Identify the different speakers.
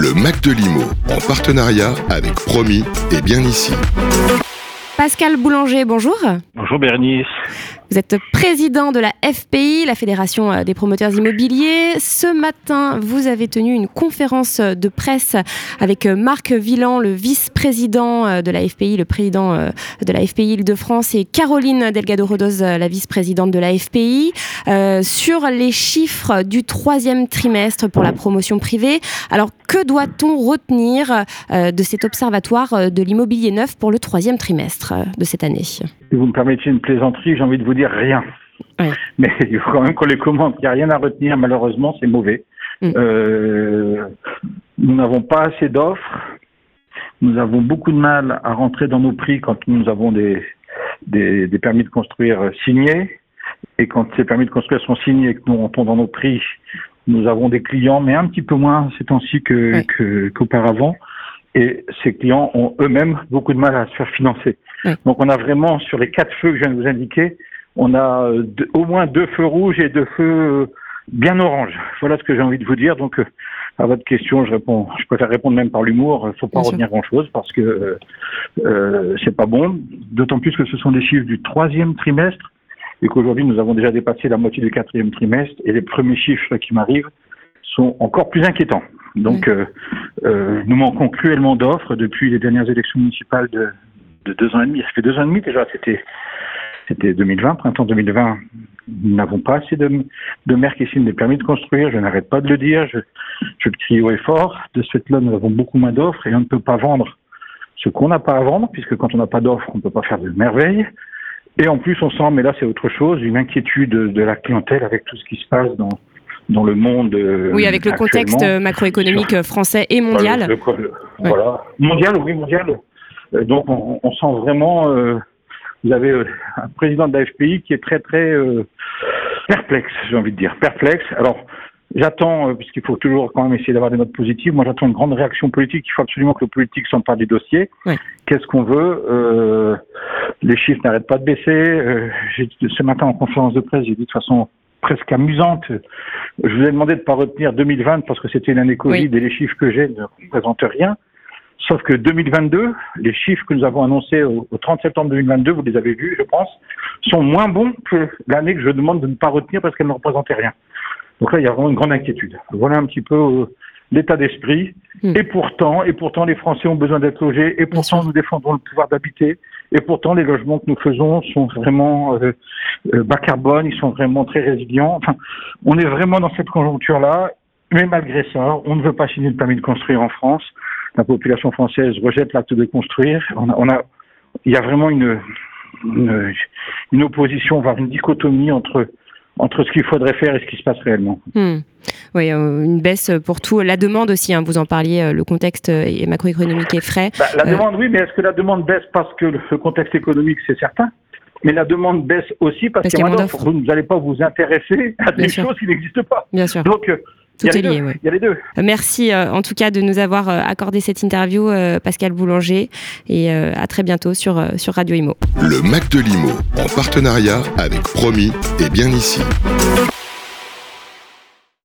Speaker 1: Le Mac de l'Imo, en partenariat avec Promis et Bien Ici.
Speaker 2: Pascal Boulanger, bonjour.
Speaker 3: Bonjour Bérénice.
Speaker 2: Vous êtes président de la FPI, la Fédération des promoteurs immobiliers. Ce matin, vous avez tenu une conférence de presse avec Marc Villan, le vice-président de la FPI, le président de la FPI Île-de-France, et Caroline Delgado-Rodos, la vice-présidente de la FPI, sur les chiffres du troisième trimestre pour la promotion privée. Alors, que doit-on retenir de cet observatoire de l'immobilier neuf pour le troisième trimestre de cette année ?
Speaker 3: Si vous me permettez une plaisanterie, j'ai envie de vous dire rien.
Speaker 2: Oui.
Speaker 3: Mais il faut quand même qu'on les commente. Il n'y a rien à retenir, malheureusement, c'est mauvais. Nous n'avons pas assez d'offres. Nous avons beaucoup de mal à rentrer dans nos prix quand nous avons des permis de construire signés. Et quand ces permis de construire sont signés et que nous rentrons dans nos prix, nous avons des clients, mais un petit peu moins ces temps-ci qu'auparavant. Et ces clients ont eux-mêmes beaucoup de mal à se faire financer. Oui. Donc on a vraiment, sur les 4 feux que je viens de vous indiquer, on a au moins 2 feux rouges et 2 feux bien oranges. Voilà ce que j'ai envie de vous dire. Donc à votre question, je préfère répondre même par l'humour. Il ne faut pas retenir grand-chose parce que c'est pas bon. D'autant plus que ce sont des chiffres du troisième trimestre et qu'aujourd'hui nous avons déjà dépassé la moitié du quatrième trimestre. Et les premiers chiffres qui m'arrivent sont encore plus inquiétants. Donc nous manquons cruellement d'offres depuis les dernières élections municipales de 2 ans et demi. Ça fait 2 ans et demi déjà, c'était 2020, printemps 2020. Nous n'avons pas assez de maires qui signent des permis de construire, je n'arrête pas de le dire, je le crie haut et fort. De ce fait-là, nous avons beaucoup moins d'offres et on ne peut pas vendre ce qu'on n'a pas à vendre, puisque quand on n'a pas d'offres, on ne peut pas faire de merveilles. Et en plus, on sent, mais là c'est autre chose, une inquiétude de la clientèle avec tout ce qui se passe dans le monde.
Speaker 2: Oui, avec le contexte macroéconomique français et mondial.
Speaker 3: Voilà, mondial. Donc on sent vraiment, vous avez un président de la FPI qui est très très perplexe, j'ai envie de dire, perplexe. Alors j'attends, puisqu'il faut toujours quand même essayer d'avoir des notes positives, moi j'attends une grande réaction politique, il faut absolument que le politique s'empare du dossier. Oui. Qu'est-ce qu'on veut Les chiffres n'arrêtent pas de baisser. Ce matin en conférence de presse, j'ai dit de façon presque amusante, je vous ai demandé de ne pas retenir 2020 parce que c'était une année Covid et les chiffres que j'ai ne représentent rien. Sauf que 2022, les chiffres que nous avons annoncés au 30 septembre 2022, vous les avez vus, je pense, sont moins bons que l'année que je demande de ne pas retenir parce qu'elle ne représentait rien. Donc là, il y a vraiment une grande inquiétude. Voilà un petit peu l'état d'esprit. Et pourtant, les Français ont besoin d'être logés. Et pourtant, nous défendons le pouvoir d'habiter. Et pourtant, les logements que nous faisons sont vraiment bas carbone. Ils sont vraiment très résilients. Enfin, on est vraiment dans cette conjoncture-là. Mais malgré ça, on ne veut pas signer le permis de construire en France. La population française rejette l'acte de construire. Il y a vraiment une opposition, voire une dichotomie entre ce qu'il faudrait faire et ce qui se passe réellement.
Speaker 2: Oui, une baisse pour tout. La demande aussi, vous en parliez, le contexte macroéconomique est frais.
Speaker 3: La demande, oui, mais est-ce que la demande baisse parce que le contexte économique, c'est certain ? Mais la demande baisse aussi parce qu'il y a moins d'offres. Vous n'allez pas vous intéresser à des choses qui n'existent pas.
Speaker 2: Bien sûr.
Speaker 3: Donc,
Speaker 2: tout est lié,
Speaker 3: il y a les deux.
Speaker 2: Merci en tout cas de nous avoir accordé cette interview, Pascal Boulanger, et à très bientôt sur Radio Imo.
Speaker 1: Le Mac de l'Imo, en partenariat avec Promis et Bien Ici.